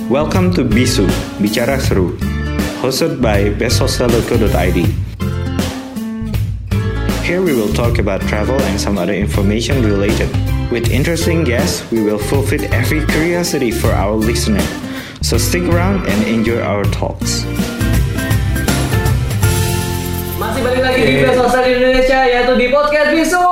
Welcome to Bisu, Bicara Seru, hosted by besthostel.co.id. Here we will talk about travel and some other information related. With interesting guests, we will fulfill every curiosity for our listener. So stick around and enjoy our talks. Masih balik lagi di Besthostel Indonesia, yaitu di Podcast Bisu.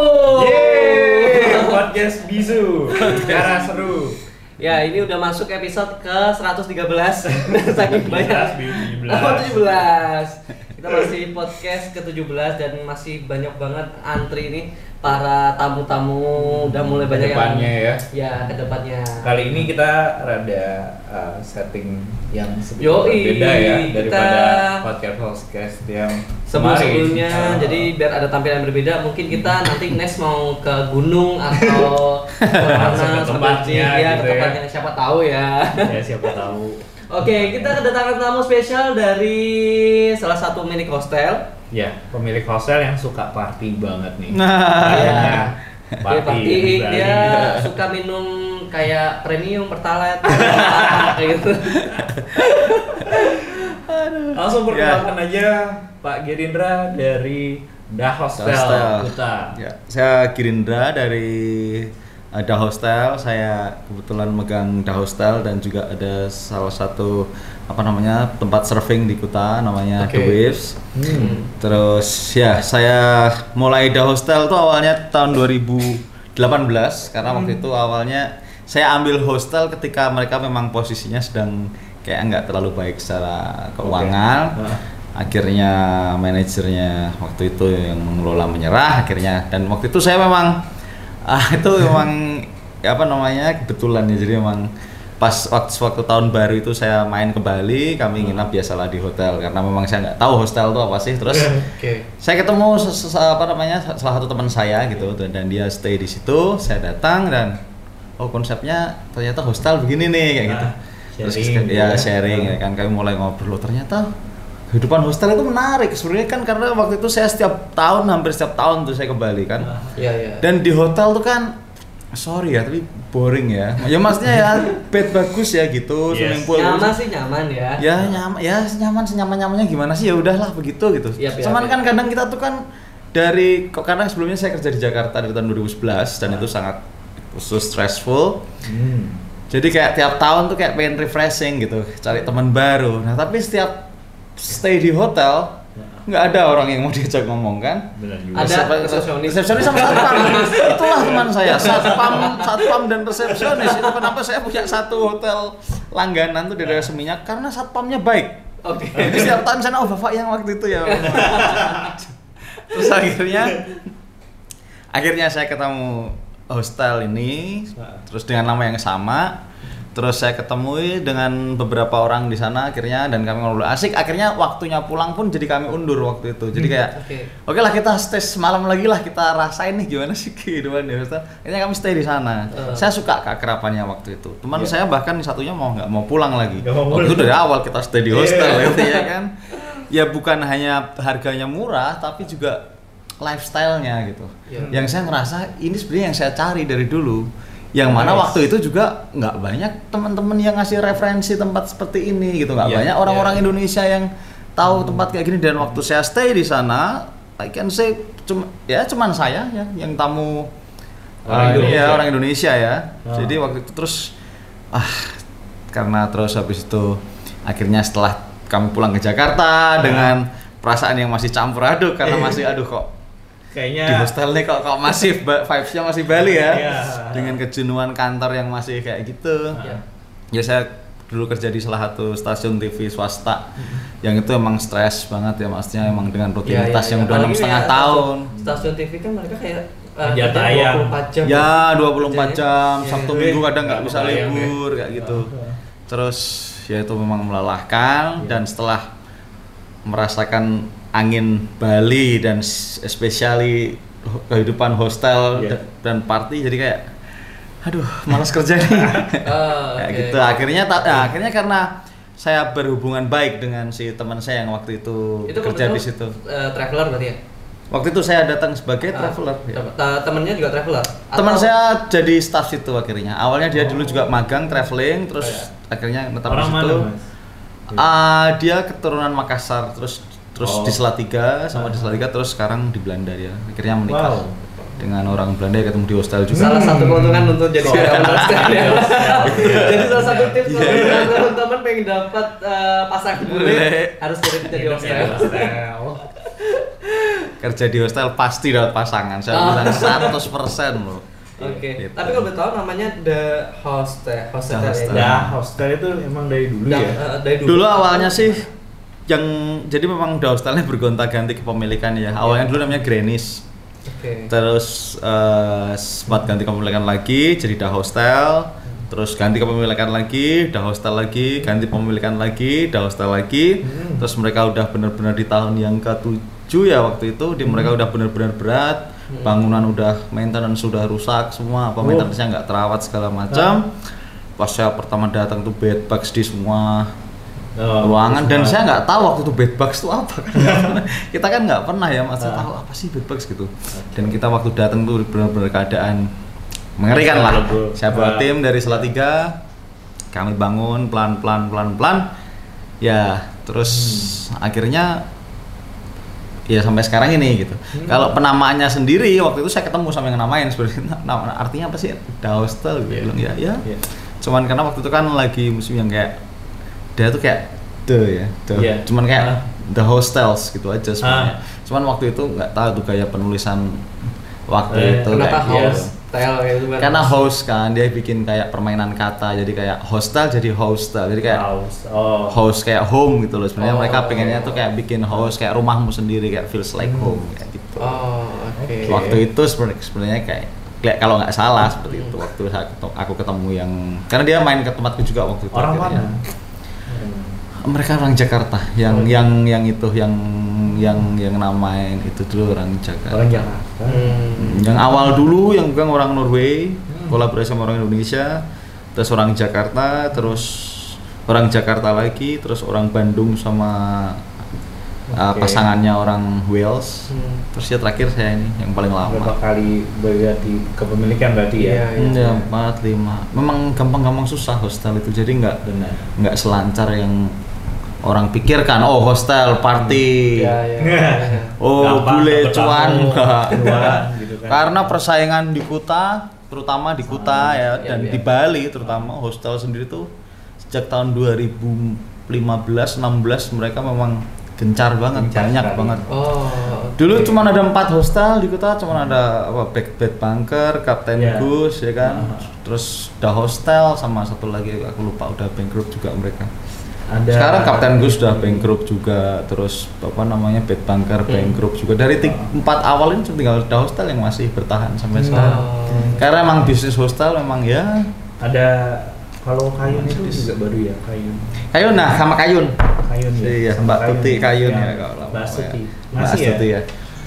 Yeay, Podcast Bisu, Bicara Seru. Ya, ini udah masuk episode ke 113. Saking banyak. 17. Oh, 17. Kita masih podcast ke-17 dan masih banyak banget antri nih para tamu-tamu, udah mulai banyak Kedepannya ya. Ya, kedepannya. Kali ini kita rada setting yang sedikit Yoi, berbeda ya daripada kita podcast yang sebelumnya. kemarin. Jadi biar ada tampilan berbeda, mungkin kita nanti next mau ke gunung atau ke mana tempatnya ya, gitu ke tempatnya siapa tahu ya. Ya siapa tahu. Oke, kita kedatangan tamu spesial dari salah satu milik hostel. Ya, pemilik hostel yang suka party banget nih. Iya. Kayaknya Dia party, di dia Bali. suka minum kayak premium pertalite kayak gitu. Langsung perkenalkan aja Pak Gerindra dari Da Hostel Kuta. Ya, saya Girindra dari Da Hostel. Saya kebetulan megang Da Hostel dan juga ada salah satu tempat surfing di Kuta namanya Oke. The Waves. Terus ya saya mulai Da Hostel tuh awalnya tahun 2018 karena waktu itu awalnya saya ambil hostel ketika mereka memang posisinya sedang kayak nggak terlalu baik secara keuangan. Akhirnya manajernya waktu itu yang mengelola menyerah akhirnya, dan waktu itu saya memang kebetulan ya, jadi memang pas waktu tahun baru itu saya main ke Bali, kami nginap biasalah di hotel karena memang saya nggak tahu hostel itu apa sih. Terus saya ketemu salah satu teman saya gitu, dan dia stay di situ. Saya datang dan konsepnya ternyata hostel begini nih kayak gitu. Terus sharing ya kan, kami mulai ngobrol, ternyata kehidupan hostel itu menarik sebenarnya kan, karena waktu itu saya hampir setiap tahun tuh saya ke Bali kan. Iya. Dan di hotel tuh kan sorry ya, tapi boring ya. Ya maksudnya ya bed bagus ya gitu, swimming pool. Nyaman ya. Ya nyaman senyaman-nyamannya gimana sih, ya udahlah begitu gitu. Cuman kan kadang kita tuh kan karena sebelumnya saya kerja di Jakarta dari tahun 2011 dan itu sangat stressful. Jadi kayak tiap tahun tuh kayak pengen refreshing gitu, cari teman baru. Nah, tapi setiap stay di hotel nggak ada orang yang mau diajak ngomong kan. Ada resepsionis sama satpam. Itulah teman saya, satpam dan resepsionis. Itu kenapa saya punya satu hotel langganan tuh di daerah Seminyak, karena satpamnya baik. Oke. Jadi setiap tahun saya bapak yang waktu itu ya. Terus akhirnya saya ketemu hostel ini, terus dengan nama yang sama. Terus saya ketemu dengan beberapa orang di sana akhirnya, dan kami ngobrol asik. Akhirnya waktunya pulang pun jadi kami undur waktu itu. Jadi kayak oke lah, kita stay semalam lagi lah, kita rasain nih gimana sih kehidupan di hostel. Akhirnya kami stay di sana. Saya suka keakrabannya waktu itu. Teman saya bahkan satunya nggak mau pulang lagi. Waktu itu dari awal kita stay di hostel gitu ya kan. Ya bukan hanya harganya murah tapi juga lifestyle-nya gitu. Yang saya ngerasa ini sebenarnya yang saya cari dari dulu. Yang mana waktu itu juga nggak banyak teman-teman yang ngasih referensi tempat seperti ini gitu, nggak banyak orang-orang Indonesia yang tahu tempat kayak gini. Dan waktu saya stay di sana, I can say cuman saya ya yang tamu orang Indonesia ya. Jadi waktu itu terus karena terus habis itu akhirnya setelah kami pulang ke Jakarta dengan perasaan yang masih campur aduk karena masih kok kayaknya di hostel nih kok masih vibes-nya masih Bali ya. Dengan kejenuhan kantor yang masih kayak gitu. Ya saya dulu kerja di salah satu stasiun TV swasta yang itu emang stres banget ya, maksudnya emang dengan rutinitas yang udah 6,5 tahun. Stasiun TV kan mereka kayak tayang 24 jam. Ya 24 jam, Sabtu Minggu kadang nggak bisa libur kayak gitu. Terus ya itu memang melelahkan, dan setelah merasakan angin Bali dan especially kehidupan hostel dan party, jadi kayak malas kerja nih. Kayak gitu. Akhirnya karena saya berhubungan baik dengan si teman saya yang waktu itu kerja di situ. Traveler berarti ya? Waktu itu saya datang sebagai traveler. Ya. Temennya juga traveler? Teman saya jadi staff situ akhirnya. Awalnya dia dulu juga magang traveling, terus akhirnya netap di situ. Dia keturunan Makassar, terus di Salatiga sama di Salatiga, terus sekarang di Belanda dia. Akhirnya menikah dengan orang Belanda, ketemu di hostel juga. Salah satu keuntungan untuk jadi karyawan hostel ya. Jadi salah satu tips kalau teman-teman pengen dapat pasangan bule harus kerja di hostel. Kerja di hostel pasti dapat pasangan. Saya bilang 100% loh. Oke. Gitu. Tapi kalau tahu namanya The Hostel. Hostel itu emang dari dulu ya. Dari Dulu awalnya sih jadi memang The Hostelnya bergonta-ganti kepemilikan ya. Awalnya dulu namanya Grenis. Terus sempat ganti kepemilikan lagi jadi The Hostel. Terus ganti kepemilikan lagi, The Hostel lagi, ganti kepemilikan lagi, The Hostel lagi. Terus mereka udah benar-benar di tahun yang ke-7 ya waktu itu, mereka udah benar-benar berat. Bangunan udah maintenance sudah rusak semua, maintenance-nya nggak terawat segala macam. Pas saya pertama datang tuh bed bugs di semua ruangan dan saya nggak tahu waktu itu bed bugs itu apa kan. Kita kan nggak pernah ya tahu apa sih bed bugs gitu. Dan kita waktu datang tuh benar-benar keadaan mengerikan lah. Saya bawa tim dari Salatiga, kami bangun pelan-pelan ya, terus akhirnya ya sampai sekarang ini gitu. Kalau penamaannya sendiri waktu itu saya ketemu sama yang namain sebenarnya artinya apa sih The Hostel gitu. Bilang ya. Cuman karena waktu itu kan lagi musim yang kayak dia tuh kayak cuman kayak The Hostels gitu aja sebenarnya. Cuman waktu itu nggak tahu tuh kayak penulisan waktu itu kenapa kayak hostel gitu kan. Karena host kan dia bikin kayak permainan kata, jadi kayak hostel jadi hostel, jadi kayak host kayak home gitu loh. Sebenarnya mereka pengennya tuh kayak bikin host kayak rumahmu sendiri, kayak feels like home kayak gitu. Waktu itu sebenarnya kayak kalau nggak salah seperti itu waktu aku ketemu yang karena dia main ke tempatku juga waktu itu. Orang mana? Mereka orang Jakarta, yang namain itu dulu orang Jakarta. Orang Jakarta. Yang awal dulu yang pegang orang Norway, kolaborasi sama orang Indonesia, terus orang Jakarta, terus orang Jakarta lagi, terus orang Bandung sama pasangannya orang Wales. Terus ya terakhir saya ini yang paling lama. Berapa kali berganti kepemilikan berarti ya? Ya 4, 5. Memang gampang-gampang susah hostel itu, jadi nggak selancar yang orang pikirkan. Oh hostel party, bule cuan enggak. Gitu kan. Karena persaingan di Kuta, terutama di Kuta dan di Bali terutama hostel sendiri tuh sejak tahun 2015-16 mereka memang gencar banget, banyak banget. Dulu cuma ada 4 hostel di Kuta, cuma ada Bed Bunker, Kapten Gus ya kan. Terus The Hostel sama satu lagi aku lupa, udah bankrupt juga mereka. Sekarang Kapten Gus udah bankrupt juga, terus Bed Bunker bankrupt juga. Dari 4 awal ini tinggal The Hostel yang masih bertahan sampai sekarang. Karena emang bisnis hostel memang ya ada. Kalau Kayun itu juga baru ya, Kayun sama Kayun ya. Iya, Mbak Tuti Kayun ya kalau Mbak Tuti. Masih ya?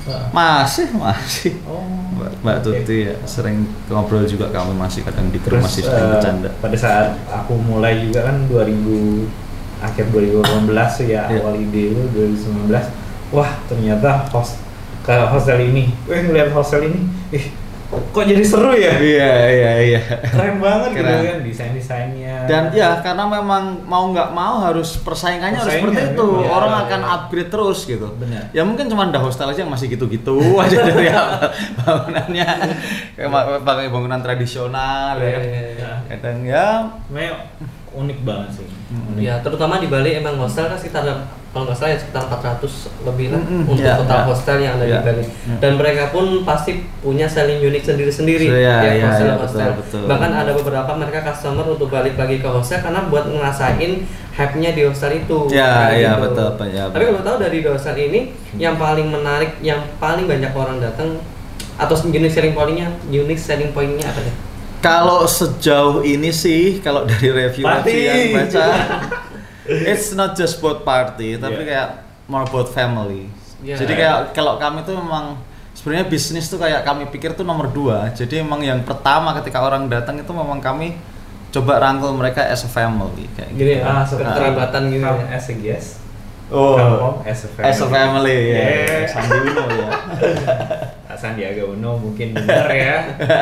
Masih. Mbak Tuti ya, sering ngobrol juga kami masih kadang di grup masih sering bercanda. Pada saat aku mulai juga kan akhir 2018 ya, awal ide itu 2019. Wah, ternyata hostel ini. Ngeliat hostel ini, kok jadi seru ya? Iya. Keren banget gitu kan desain-desainnya. Dan ya karena memang mau nggak mau harus persaingannya harus seperti itu. Orang akan upgrade terus gitu. Benar. Ya mungkin cuma The Hostel aja yang masih gitu-gitu aja dari bangunannya. Kayak pakai bangunan tradisional ya. Kadang ya unik banget sih. Ya, terutama di Bali emang hostel kan sekitar kalau nggak salah ya sekitar 400 lebih lah untuk total hostel yang ada di Bali. Dan mereka pun pasti punya selling unit sendiri-sendiri hostel. Betul. Bahkan ada beberapa mereka customer untuk balik lagi ke hostel karena buat ngerasain hype-nya di hostel itu. Iya, betul. Tapi kalau tahu dari hostel ini yang paling menarik, yang paling banyak orang datang atau unique selling point-nya apa ya? Kalau sejauh ini sih, kalau dari review yang baca, it's not just about party, tapi kayak more about family. Jadi kayak kalau kami tuh memang sebenarnya bisnis tuh kayak kami pikir tuh nomor 2. Jadi memang yang pertama ketika orang datang itu memang kami coba rangkul mereka as a family kayak gitu. Keterlibatan gitu as a guest. come home as a family. As a family, ya. Sandi Uno ya. Sandiaga Uno mungkin benar ya.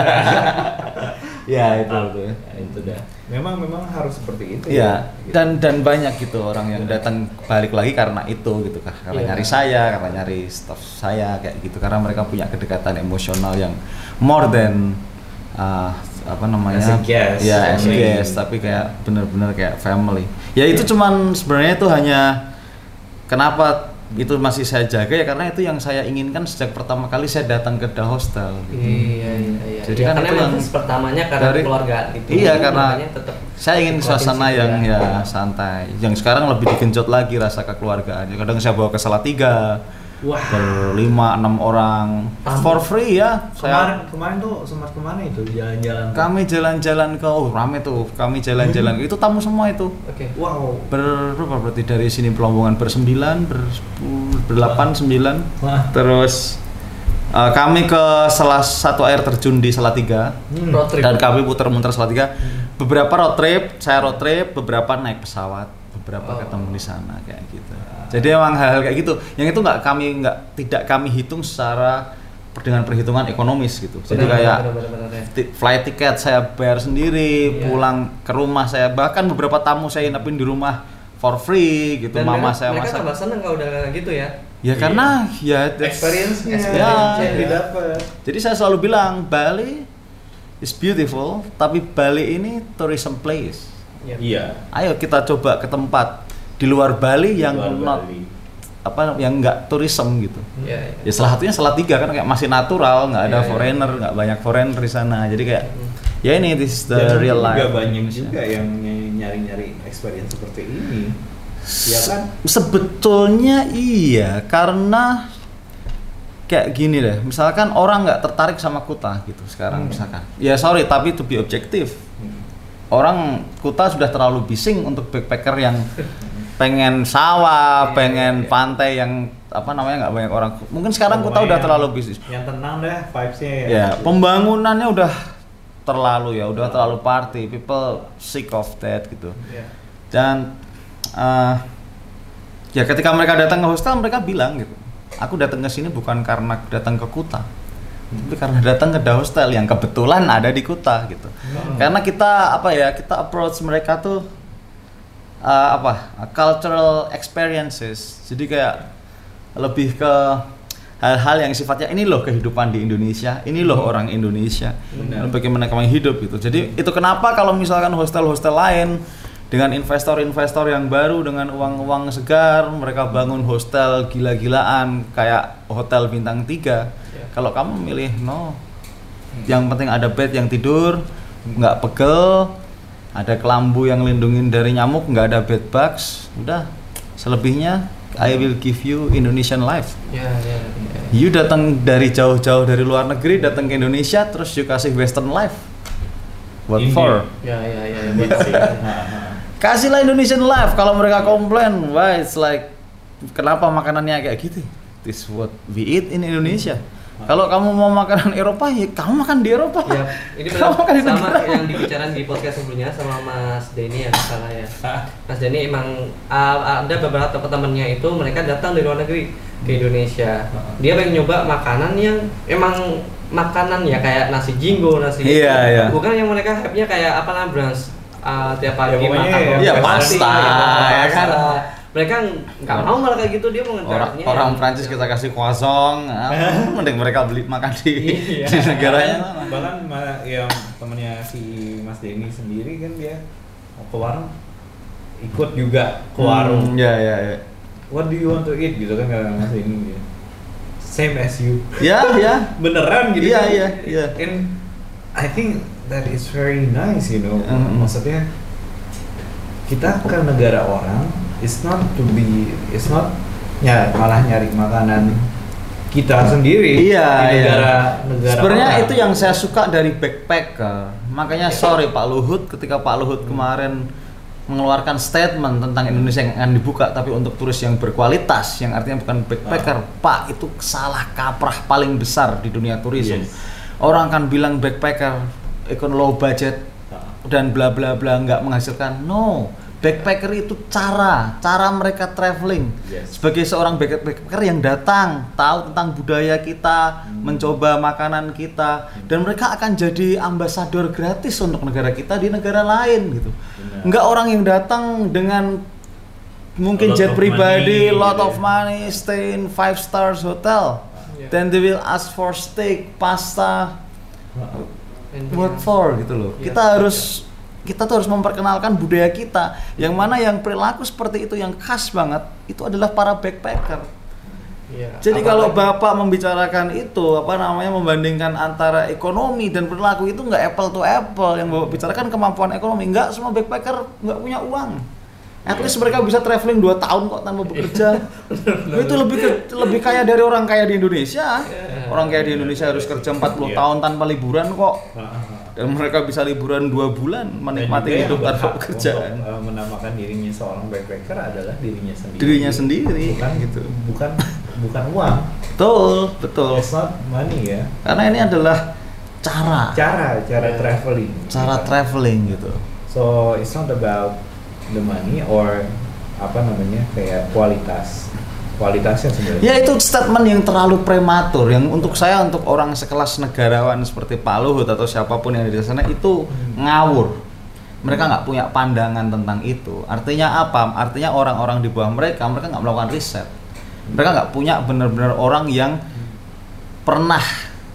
Ya itu Itu dah. Memang harus seperti itu. Ya. Dan banyak gitu orang yang datang balik lagi karena itu gitu, karena nyari saya, karena nyari staff saya kayak gitu, karena mereka punya kedekatan emosional yang more than as a guest, tapi kayak benar-benar kayak family. Ya itu cuman sebenarnya itu hanya kenapa itu masih saya jaga ya karena itu yang saya inginkan sejak pertama kali saya datang ke The Hostel gitu. Iya. Jadi ya, kan itu yang pertamanya karena keluarga itu. Iya, karena saya ingin suasana yang ya santai. Yang sekarang lebih digenjot lagi rasa kekeluargaan. Kadang saya bawa ke Salatiga. Wah. 5-6 orang for free ya. Kemarin tuh sempat kemana itu jalan-jalan? Kami jalan-jalan ke rame tuh. Kami jalan-jalan itu tamu semua itu. Oke. Wow. Berapa berarti dari sini Pelombongan ber-9, ber-8, 9. Terus kami ke salah satu air terjun di Salatiga. Road trip. Dan kami putar-muter Salatiga. Beberapa road trip, saya road trip, beberapa naik pesawat, beberapa ketemu di sana kayak gitu. Jadi emang hal-hal kayak gitu, yang itu tidak kami hitung secara dengan perhitungan ekonomis gitu. Jadi kayak flight tiket saya bayar sendiri, pulang ke rumah saya, bahkan beberapa tamu saya nginepin di rumah for free gitu. Dan mama saya masak. Mereka tambah seneng kalau udah gitu ya. Ya karena ya experience-nya yang didapat. Jadi saya selalu bilang Bali is beautiful, tapi Bali ini tourism place. Iya. Ayo kita coba ke tempat di luar Bali yang yang enggak tourism gitu. Ya salah satunya Salatiga kan kayak masih natural, nggak ada foreigner, nggak banyak foreigner di sana. Jadi kayak ya ini this is the real life. Juga banyak juga yang nyari-nyari experience seperti ini. Ya kan? Sebetulnya iya, karena kayak gini deh. Misalkan orang nggak tertarik sama Kuta gitu sekarang misalkan. Ya sorry tapi to be objektif. Orang Kuta sudah terlalu bising untuk backpacker yang pengen sawah, pengen pantai yang nggak banyak orang. Mungkin sekarang Kuta udah terlalu bisnis. Yang tenang deh vibes-nya ya. Ya, pembangunannya udah terlalu party. People sick of that gitu. Dan ya ketika mereka datang ke hostel mereka bilang gitu, aku datang ke sini bukan karena datang ke Kuta, tapi karena datang ke The Hostel yang kebetulan ada di Kuta gitu. Karena kita kita approach mereka tuh cultural experiences. Jadi kayak lebih ke hal-hal yang sifatnya ini loh kehidupan di Indonesia, ini loh orang Indonesia, bagaimana kami hidup gitu. Jadi itu kenapa kalau misalkan hostel-hostel lain dengan investor-investor yang baru dengan uang-uang segar mereka bangun hostel gila-gilaan kayak hotel bintang 3. Kalau kamu milih yang penting ada bed yang tidur, nggak pegel, ada kelambu yang lindungin dari nyamuk, nggak ada bed bugs, udah selebihnya I will give you Indonesian life. You datang dari jauh-jauh dari luar negeri datang ke Indonesia terus you kasih Western life. What for? Kasihlah Indonesian life. Kalau mereka komplain, why it's like kenapa makanannya kayak gitu? This what we eat in Indonesia. Kalau kamu mau makanan Eropa, ya kamu makan di Eropa. Ya, ini benar sama yang dibicarakan di podcast sebelumnya sama Mas Denny ya, salah ya. Mas Denny emang ada beberapa temannya itu mereka datang dari luar negeri ke Indonesia. Dia pengen nyoba makanan yang emang makanan ya kayak nasi jinggo, nasi. Iya. Bukan yang mereka hype-nya kayak brunch tiap pagi makan pasta, ya kan. Mereka nggak mau malah kayak gitu, dia mau ngejarnya orang Prancis kita kasih croissant, mending mereka beli makan di negaranya. Bahkan yang temennya si Mas Denny sendiri kan dia mau ke warung ikut juga ke warung. Iya. What do you want to eat gitu kan kalau Mas Denny gitu. Same as you. Ya. Beneran gitu. Iya. And I think that is very nice, you know. Maksudnya kita ke negara orang, it's not malah nyari makanan kita sendiri di negara sebenarnya orang. Itu yang saya suka dari backpacker. Makanya sorry Pak Luhut ketika Pak Luhut kemarin mengeluarkan statement tentang Indonesia yang akan dibuka tapi untuk turis yang berkualitas, yang artinya bukan backpacker. Pak, itu salah kaprah paling besar di dunia turisme. Orang kan bilang backpacker low budget dan bla bla bla nggak menghasilkan. No, Backpacker itu cara mereka traveling. Sebagai seorang backpacker yang datang, tahu tentang budaya kita, mencoba makanan kita, dan mereka akan jadi ambasador gratis untuk negara kita di negara lain gitu. Enggak orang yang datang dengan mungkin jet pribadi, lot of money, stay in 5 stars hotel, then they will ask for steak, pasta, what for gitu loh. Kita tuh harus memperkenalkan budaya kita, yang mana yang perilaku seperti itu yang khas banget itu adalah para backpacker. Jadi kalau Bapak membicarakan itu membandingkan antara ekonomi dan perilaku itu nggak apple to apple. Yang Bapak bicarakan kemampuan ekonomi, nggak semua backpacker nggak punya uang. At least mereka bisa traveling 2 tahun kok tanpa bekerja. Itu lebih kaya dari orang kaya di Indonesia. Orang kaya di Indonesia harus kerja 40 tahun tanpa liburan kok. Dan mereka bisa liburan 2 bulan menikmati hidup tanpa pekerjaan. Menamakan dirinya seorang backpacker adalah dirinya sendiri. Dirinya sendiri, bukan gitu. Bukan uang. Betul. It's not money ya. Karena ini adalah cara traveling. Cara traveling gitu. So it's not about the money or kayak kualitasnya sebenarnya. Ya itu statement yang terlalu prematur, yang untuk saya, untuk orang sekelas negarawan seperti Pak Luhut atau siapapun yang ada di sana itu ngawur. Mereka nggak punya pandangan tentang itu. Artinya apa? Artinya orang-orang di bawah mereka nggak melakukan riset. Mereka nggak punya benar-benar orang yang pernah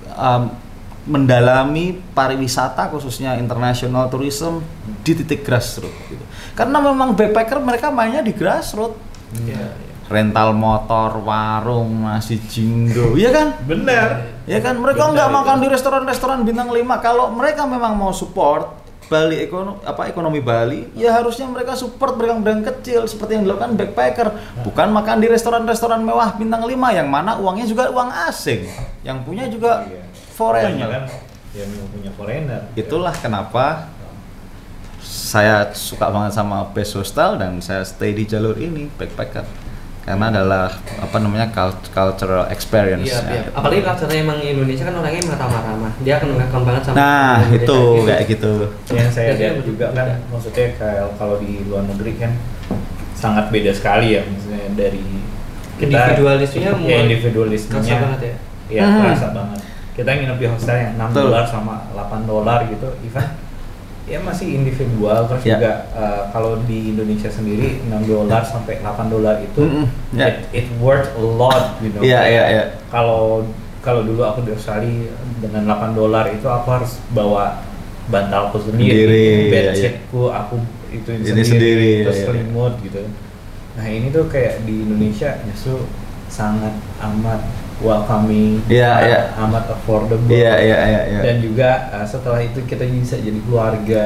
mendalami pariwisata khususnya international tourism di titik grassroots gitu. Karena memang backpacker mereka mainnya di grassroots. Rental motor, warung, nasi jinggo, iya kan? Benar. Ya kan, mereka nggak makan di restoran-restoran bintang 5. Kalau mereka memang mau support Bali ekonomi Bali, ya harusnya mereka support brand-brand kecil seperti yang dilakukan backpacker. Bukan makan di restoran-restoran mewah bintang 5 yang mana uangnya juga uang asing, yang punya juga foreigner. Yang punya foreigner. Itulah kenapa saya suka banget sama Best Hostel dan saya stay di jalur ini backpacker. Karena adalah cultural experience. Iya. Apalagi culture-nya emang Indonesia kan orangnya ramah-ramah. Dia akan welcome banget sama Indonesia. Itu kayak gitu. Yang saya lihat juga kan, maksudnya kalau di luar negeri kan sangat beda sekali ya, maksudnya dari kita individualismenya banget ya. Iya, terasa banget. Kita nginep di hostel yang $6 sama $8 gitu, even ya masih individual. Terus juga kalau di Indonesia sendiri $6 sampai $8 itu it worth a lot, you know. Iya. Kalau dulu aku di Australia dengan $8 itu aku harus bawa bantalku sendiri, bedsheetku aku itu sendiri, terus selimut gitu. Nah ini tuh kayak di Indonesia justru sangat amat welcoming, amat affordable, dan juga setelah itu kita bisa jadi keluarga.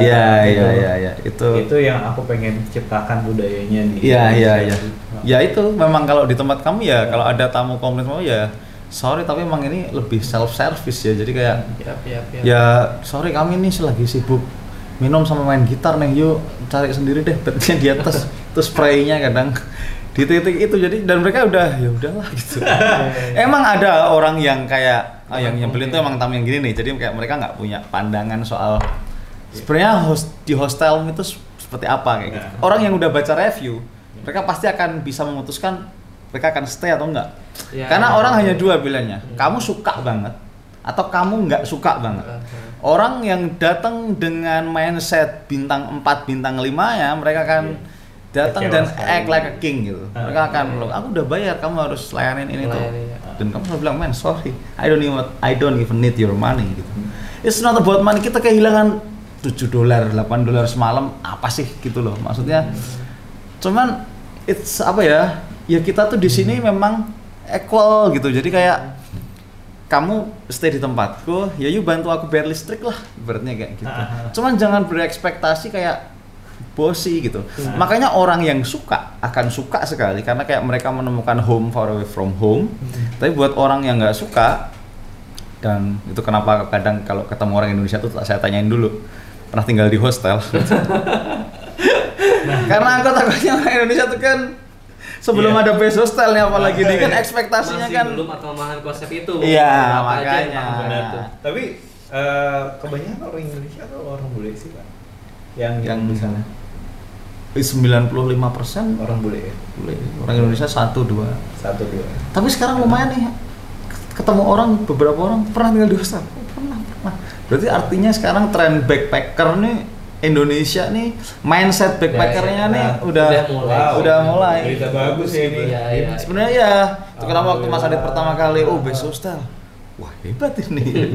Itu yang aku pengen ciptakan budayanya di Indonesia. Ya itu memang kalau di tempat kamu ya, kalau ada tamu komplain mau ya sorry tapi emang ini lebih self service ya, jadi kayak ya sorry kami ini lagi sibuk minum sama main gitar nih, yuk cari sendiri deh bednya di atas. Terus spraynya kadang di titik itu, jadi dan mereka udah ya udahlah gitu. Emang ada orang yang kayak yang nyebelin tuh emang tamu yang gini nih, jadi kayak mereka nggak punya pandangan soal sebenarnya di hostel itu seperti apa kayak gitu. Orang yang udah baca review mereka pasti akan bisa memutuskan mereka akan stay atau enggak. Karena orang hanya 2 pilihannya, kamu suka banget atau kamu nggak suka banget. Orang yang datang dengan mindset bintang 4, bintang 5 ya mereka akan datang dan act like a king gitu. Mereka akan aku udah bayar, kamu harus layanin ini tuh. Dan kamu harus bilang, man sorry, I don't even need your money gitu. It's not about money. Kita kehilangan $7, $8 semalam apa sih gitu loh. Maksudnya cuman it's apa ya? Ya kita tuh di sini memang equal gitu. Jadi kayak kamu stay di tempatku, ya you bantu aku bayar listrik lah, ibaratnya kayak gitu. Cuman jangan berekspektasi kayak bosi gitu. Makanya orang yang suka akan suka sekali karena kayak mereka menemukan home far away from home. Tapi buat orang yang nggak suka, dan itu kenapa kadang kalau ketemu orang Indonesia tuh saya tanyain dulu pernah tinggal di hostel. Karena aku takutnya orang Indonesia tuh kan sebelum ada base hostel nih apalagi nih kan ekspektasinya masih kan belum atau pemahaman konsep itu. Iya makanya. Tapi kebanyakan orang Indonesia atau orang bule sih Pak? Yang di sana. 95% Orang bule ya? bule. Orang Indonesia 1-2. Tapi sekarang lumayan nih, ketemu orang, beberapa orang pernah tinggal di hostel. Pernah. Berarti artinya sekarang tren backpacker nih Indonesia nih, mindset backpackernya nih udah mulai. Berita bagus ya ini. Iya. Sebenarnya ya, itu kenapa waktu Mas Adit pertama kali base hostel, wah hebat ini.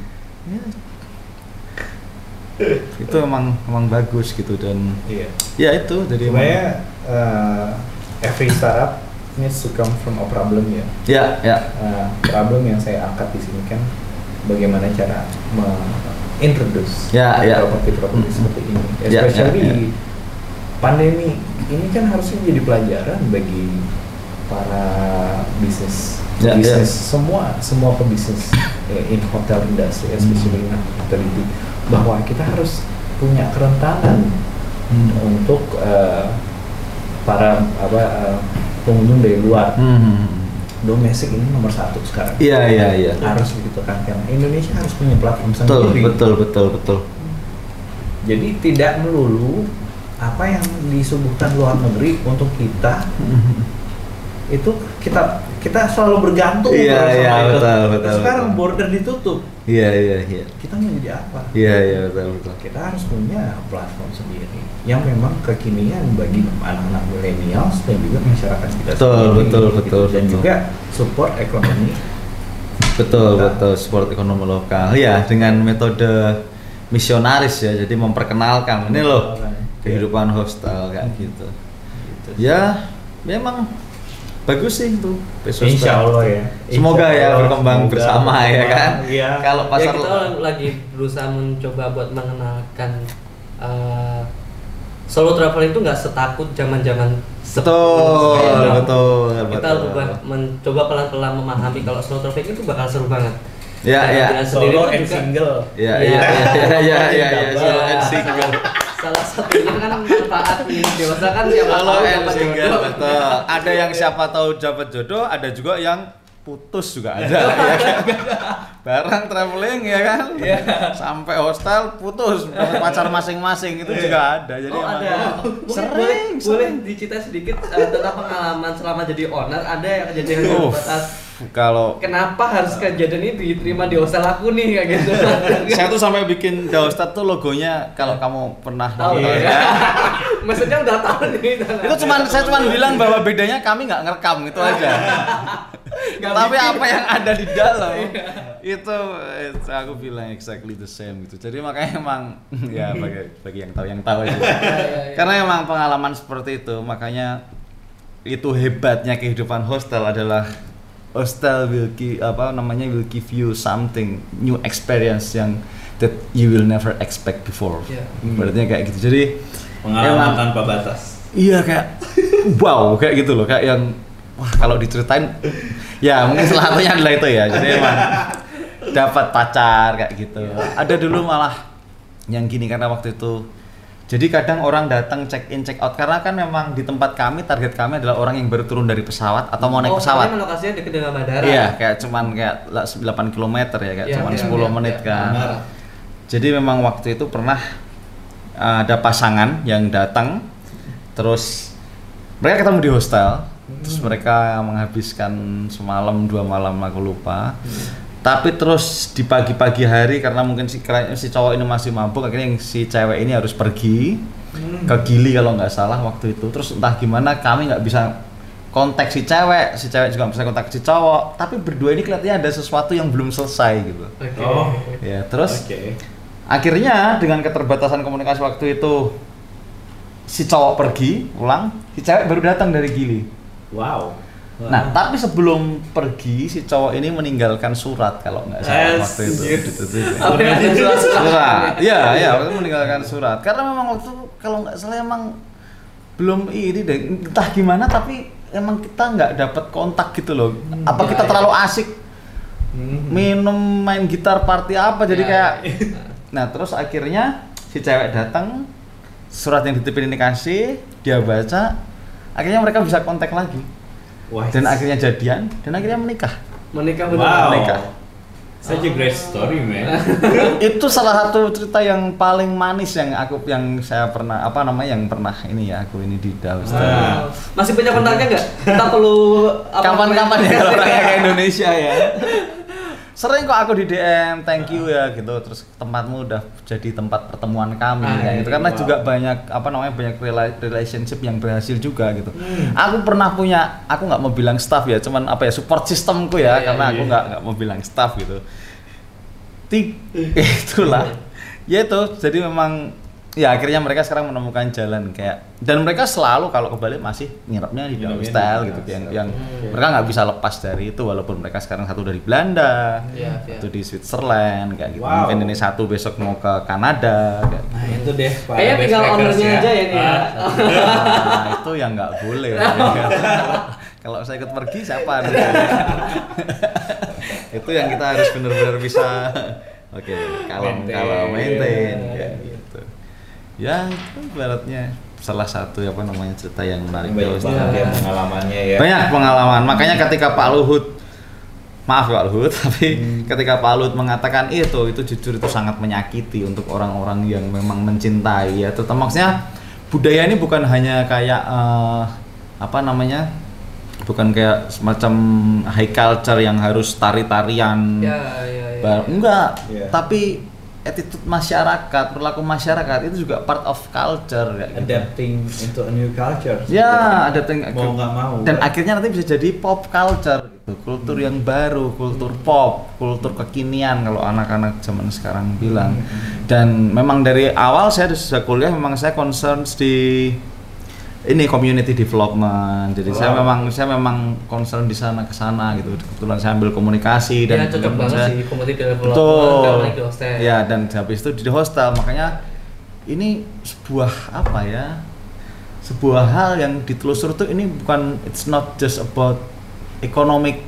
Itu emang bagus gitu dan ya itu jadi sebenarnya every startup needs to come from a problem ya. Problem yang saya angkat di sini kan bagaimana cara introduce properti seperti ini, especially pandemi ini kan harusnya jadi pelajaran bagi para bisnis semua pebisnis in hotel industry, especially in hospitality, bahwa kita harus punya kerentanan untuk para pengunjung dari luar. Domestik ini nomor 1 sekarang. Iya. Harus begitu kan, karena Indonesia harus punya platform sendiri. Betul. Jadi tidak melulu apa yang disuguhkan luar negeri untuk kita itu kita selalu bergantung sama itu. Betul. Sekarang border ditutup. Iya. Kita mau jadi apa? Iya, betul. Kita harus punya platform sendiri yang memang kekinian bagi anak-anak millennials dan juga masyarakat kita sendiri. Betul. Dan juga support ekonomi. Betul, support ekonomi lokal. Ya, dengan metode misionaris ya. Jadi memperkenalkan ini loh kehidupan hostel kayak gitu. Ya, memang bagus sih itu. Insya Allah ya. Semoga ya berkembang bersama ya kan. Iya. Kalau pasar kita lagi berusaha mencoba buat mengenalkan solo travel itu nggak setakut zaman-zaman betul. Kita mencoba pelan-pelan memahami kalau solo traveling itu bakal seru banget. Ya. Solo and single. Iya. Solo and single. Salah satunya kan manfaat nih dewasa kan siapa tahu dapat jodoh. Betul. Ada yang siapa tahu dapat jodoh, ada juga yang putus juga ada ya kan? Barang traveling ya kan, sampai hostel putus dapat pacar masing-masing itu juga ada. Jadi ada. Boleh diceritain sedikit tentang pengalaman selama jadi owner, ada yang kejadian batas. Kalau kenapa harus kejadian ini diterima di hostel aku nih kayak gitu. Saya tuh sampai bikin di hostel tuh logonya, kalau kamu pernah tahu ya. Maksudnya udah tahu nih. Itu saya cuma bilang bahwa bedanya kami nggak ngerekam itu aja. Tapi apa yang ada di dalam itu aku bilang exactly the same gitu. Jadi makanya emang ya bagi yang tahu aja. Karena emang pengalaman seperti itu, makanya itu hebatnya kehidupan hostel adalah hostel will give you something new experience yang that you will never expect before. Berarti kayak gitu. Jadi pengalaman tanpa batas. Iya kayak wow kayak gitu loh, kayak yang wah kalau diceritain ya mungkin salah satunya adalah itu ya. Jadi emang dapat pacar kayak gitu. Ada dulu malah yang gini karena waktu itu. Jadi kadang orang datang check in check out karena kan memang di tempat kami target kami adalah orang yang baru turun dari pesawat atau mau naik pesawat. Oh, lokasinya dekat dengan bandara. Iya, kayak 8 km ya, kayak cuman 10 menit kan. Jadi memang waktu itu pernah ada pasangan yang datang, terus mereka ketemu di hostel, terus mereka menghabiskan semalam 2 malam aku lupa. Tapi terus di pagi-pagi hari karena mungkin si cowok ini masih mabuk, akhirnya si cewek ini harus pergi ke Gili kalau nggak salah waktu itu. Terus entah gimana kami nggak bisa kontak si cewek juga nggak bisa kontak si cowok. Tapi berdua ini kelihatannya ada sesuatu yang belum selesai gitu. Ya terus akhirnya dengan keterbatasan komunikasi waktu itu si cowok pergi pulang, si cewek baru datang dari Gili. Wow. Nah, tapi sebelum pergi si cowok ini meninggalkan surat kalau nggak salah waktu itu. Surat. Iya, waktu itu meninggalkan surat. Karena memang waktu itu kalau nggak salah emang belum ini deh, entah gimana tapi emang kita nggak dapat kontak gitu loh. Apa kita terlalu asik minum main gitar party apa jadi kayak. Nah, terus akhirnya si cewek datang, surat yang dititipin ini kasih, dia baca, akhirnya mereka bisa kontak lagi. Dan akhirnya jadian dan akhirnya menikah. Menikah benar. Menikah. Such a great story, man. Itu salah satu cerita yang paling manis yang saya pernah yang pernah ini ya aku ini di Hostel. Masih punya kontaknya nggak? Kita perlu kapan-kapan ya kalau orangnya ke Indonesia ya. Sering kok aku di DM, thank you ya gitu. Terus tempatmu udah jadi tempat pertemuan kami kayak gitu. Karena juga banyak banyak relationship yang berhasil juga gitu. Aku pernah punya, aku nggak mau bilang staff ya, cuman support sistemku ya, karena aku nggak mau bilang staff gitu. Itulah. Ya itu, jadi memang ya akhirnya mereka sekarang menemukan jalan kayak, dan mereka selalu kalau ke Bali masih nginepnya di Hostel gitu, yang mereka nggak bisa lepas dari itu walaupun mereka sekarang satu dari Belanda, satu di Switzerland kayak gitu. Mungkin ini satu besok mau ke Kanada kayak gitu. Nah itu deh. Kayaknya tinggal ownernya aja ya nih. Nah, itu yang nggak boleh. Kalau saya ikut pergi siapa nih? Itu yang kita harus benar-benar bisa kalau maintain kayak gitu. Ya itu ibaratnya salah satu cerita yang menarik. Banyak banget ya pengalamannya ya. Banyak pengalaman. Makanya ketika Pak Luhut, maaf Pak Luhut, tapi ketika Pak Luhut mengatakan itu jujur itu sangat menyakiti untuk orang-orang yang memang mencintai ya. Maksudnya budaya ini bukan hanya kayak bukan kayak semacam high culture yang harus tari-tarian. Enggak, tapi attitude masyarakat, perilaku masyarakat itu juga part of culture ya, gitu. Adapting into a new culture. Ya, adapting mau nggak mau. Dan akhirnya nanti bisa jadi pop culture gitu. Kultur yang baru, kultur pop, kultur kekinian kalau anak-anak zaman sekarang bilang. Dan memang dari awal saya sudah kuliah memang saya concern di ini community development. Jadi saya memang concern di sana ke sana gitu. Kebetulan saya ambil komunikasi dan cocok banget sih community development. Betul. Di hostel. Ya, dan habis itu di hostel. Makanya ini sebuah sebuah hal yang ditelusur tuh ini bukan, it's not just about economic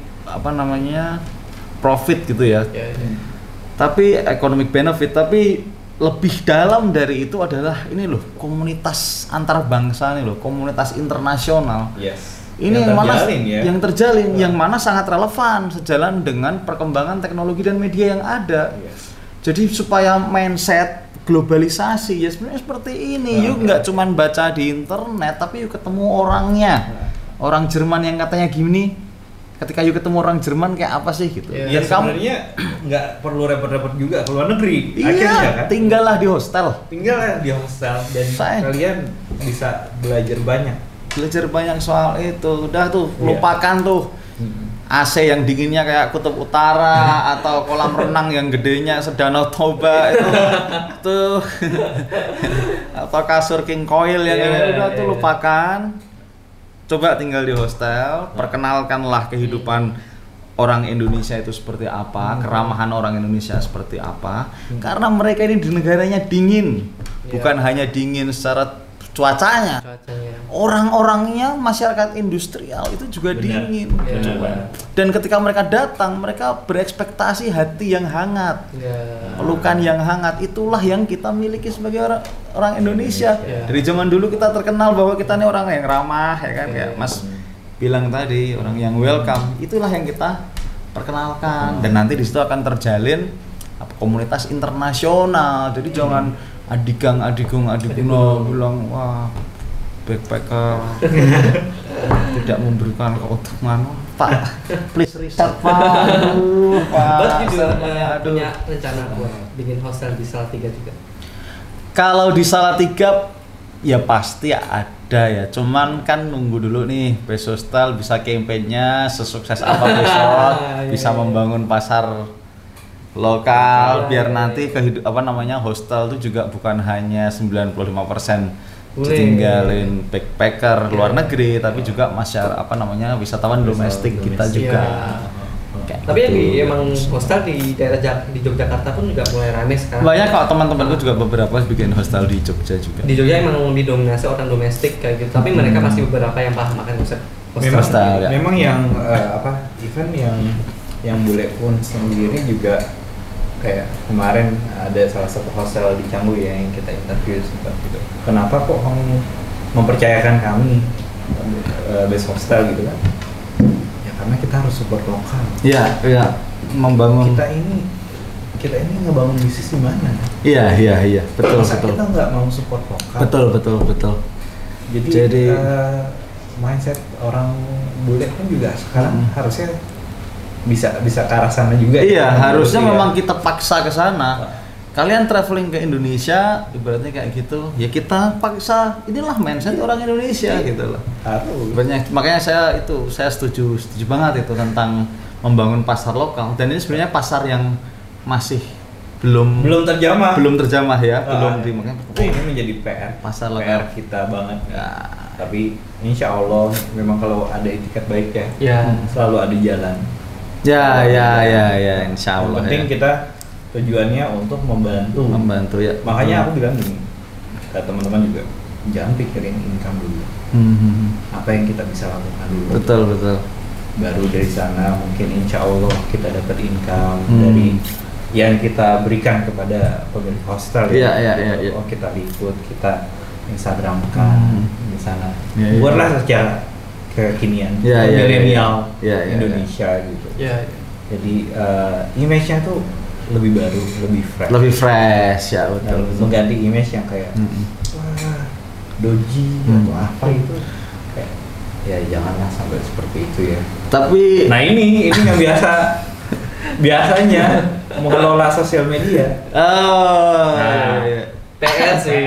profit gitu ya. Tapi economic benefit, tapi lebih dalam dari itu adalah ini loh, komunitas antar bangsa nih loh, komunitas internasional. Ini yang terjalin, yang mana sangat relevan sejalan dengan perkembangan teknologi dan media yang ada. Jadi supaya mindset globalisasi ya sebenarnya seperti ini. Yuk nggak cuman baca di internet, tapi yuk ketemu orangnya. Orang Jerman yang katanya gini. Ketika yuk ketemu orang Jerman kayak apa sih gitu. Ya sebenarnya nggak perlu repot-repot juga ke luar negeri. Akhirnya kan tinggallah di hostel. Dan kalian bisa belajar banyak soal itu. Udah tuh lupakan tuh AC yang dinginnya kayak kutub utara atau kolam renang yang gedenya sedanau Toba itu atau kasur King Coil yang udah tuh lupakan. Coba tinggal di hostel, perkenalkanlah kehidupan orang Indonesia itu seperti apa, keramahan orang Indonesia seperti apa. Karena mereka ini di negaranya dingin, bukan hanya dingin secara cuacanya. Orang-orangnya masyarakat industrial itu juga dingin. Dan ketika mereka datang, mereka berekspektasi hati yang hangat, pelukan yang hangat. Itulah yang kita miliki sebagai orang Indonesia. Dari zaman dulu kita terkenal bahwa kita ini orang yang ramah, ya kan? Kayak Mas bilang tadi, orang yang welcome. Itulah yang kita perkenalkan. Dan nanti di situ akan terjalin komunitas internasional. Jadi jangan adigung bilang wah backpacker tidak memberikan keuntungan. Pak, please riset Pak. Pak juga punya rencana buat bikin hostel di Salatiga juga. Kalau di Salatiga ya pasti ada ya, cuman kan nunggu dulu nih Best Hostel bisa campaign-nya sesukses apa besok, bisa membangun pasar lokal biar nanti hostel itu juga bukan hanya 95% ditinggalin backpacker luar negeri, tapi juga wisatawan domestik kita juga. Tapi yang emang hostel di daerah di Yogyakarta pun juga mulai rame sekarang. Banyak kok teman-temanku juga beberapa bikin hostel di Jogja juga. Di Jogja emang didominasi orang domestik kayak gitu, tapi mereka masih beberapa yang paham akan konsep hostel. Memang yang event yang bule pun sendiri juga kayak kemarin ada salah satu hostel di Canggu ya yang kita interview sempat gitu. Kenapa kok kamu mempercayakan kami Best Hostel gitu kan? Ya karena kita harus support lokal. Iya. membangun. Kita ini ngebangun bisnis di mana? Iya, betul. Kita nggak mau support lokal. Betul. Jadi mindset orang bule pun juga sekarang harusnya bisa ke arah sana juga. Iya, harusnya memang kita paksa ke sana. Kalian traveling ke Indonesia, ibaratnya kayak gitu, ya kita paksa. Inilah mindset orang Indonesia gitu loh. Makanya saya setuju banget itu tentang membangun pasar lokal. Dan ini sebenarnya pasar yang masih belum terjamah ya, makanya ini menjadi PR pasar PR lokal kita banget. ya. Tapi insya Allah memang kalau ada etiket baik ya, selalu ada jalan. Ya, insya Allah. Yang penting kita tujuannya untuk membantu ya. Makanya aku bilang gini ke teman-teman juga, jangan pikirin income dulu. Apa yang kita bisa lakukan dulu. Betul. Baru dari sana mungkin insya Allah kita dapat income dari yang kita berikan kepada pemilik hostel. Iya. Oh, kita liput, kita Instagramkan di sana. Buatlah secara kekinian, milenial Indonesia gitu. Jadi image-nya tuh lebih baru, lebih fresh ya, betul. Mengganti image yang kayak wah doji atau apa itu, kayak ya janganlah sampai seperti itu ya. Tapi ini yang biasanya mengelola sosial media. PR sih.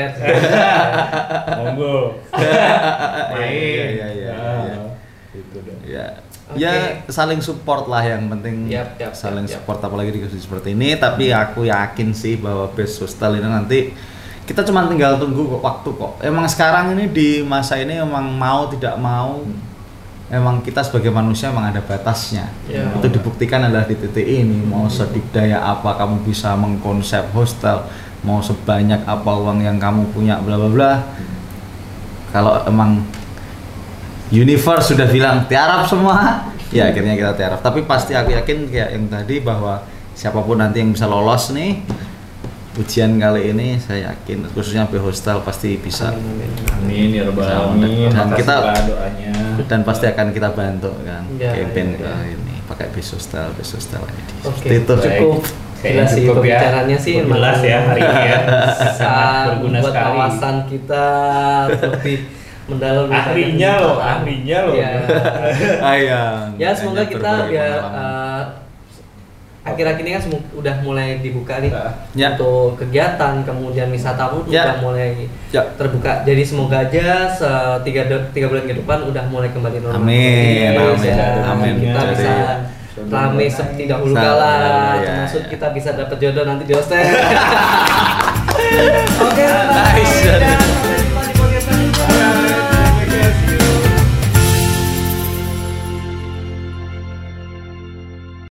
Monggo. Main. Gitu dong. Ya saling support lah yang penting. Saling support apalagi di kondisi seperti ini. Tapi aku yakin sih bahwa Best Hostel ini nanti kita cuma tinggal tunggu waktu kok. Emang sekarang ini di masa ini emang mau tidak mau, emang kita sebagai manusia emang ada batasnya. Itu dibuktikan adalah di titik ini. Mau sedikdaya apa kamu bisa mengkonsep hostel, mau sebanyak apa uang yang kamu punya, bla bla bla. Kalau emang universe sudah bilang tiarap semua, ya akhirnya kita tiarap. Tapi pasti aku yakin kayak yang tadi bahwa siapapun nanti yang bisa lolos nih ujian kali ini, saya yakin khususnya B Hostel pasti bisa. Amin ya rabbal alamin. Dan kita doanya. Dan pasti akan kita bantu kan campaign ini pakai B Hostel ini. Oke, cukup. Jelas sih pembicaranya sih jelas ya hari ini ya. Sangat buat kawasan kita lebih mendalam. Ahlinya loh. Ya semoga kita biar akhir-akhir ini kan udah mulai dibuka nih untuk kegiatan, kemudian wisata pun udah mulai terbuka. Jadi semoga aja 3 bulan ke depan udah mulai kembali normal. Amin. Kita bisa rame seperti dahulu kala, termasuk kita bisa dapat jodoh nanti di hostel. Oke, nice.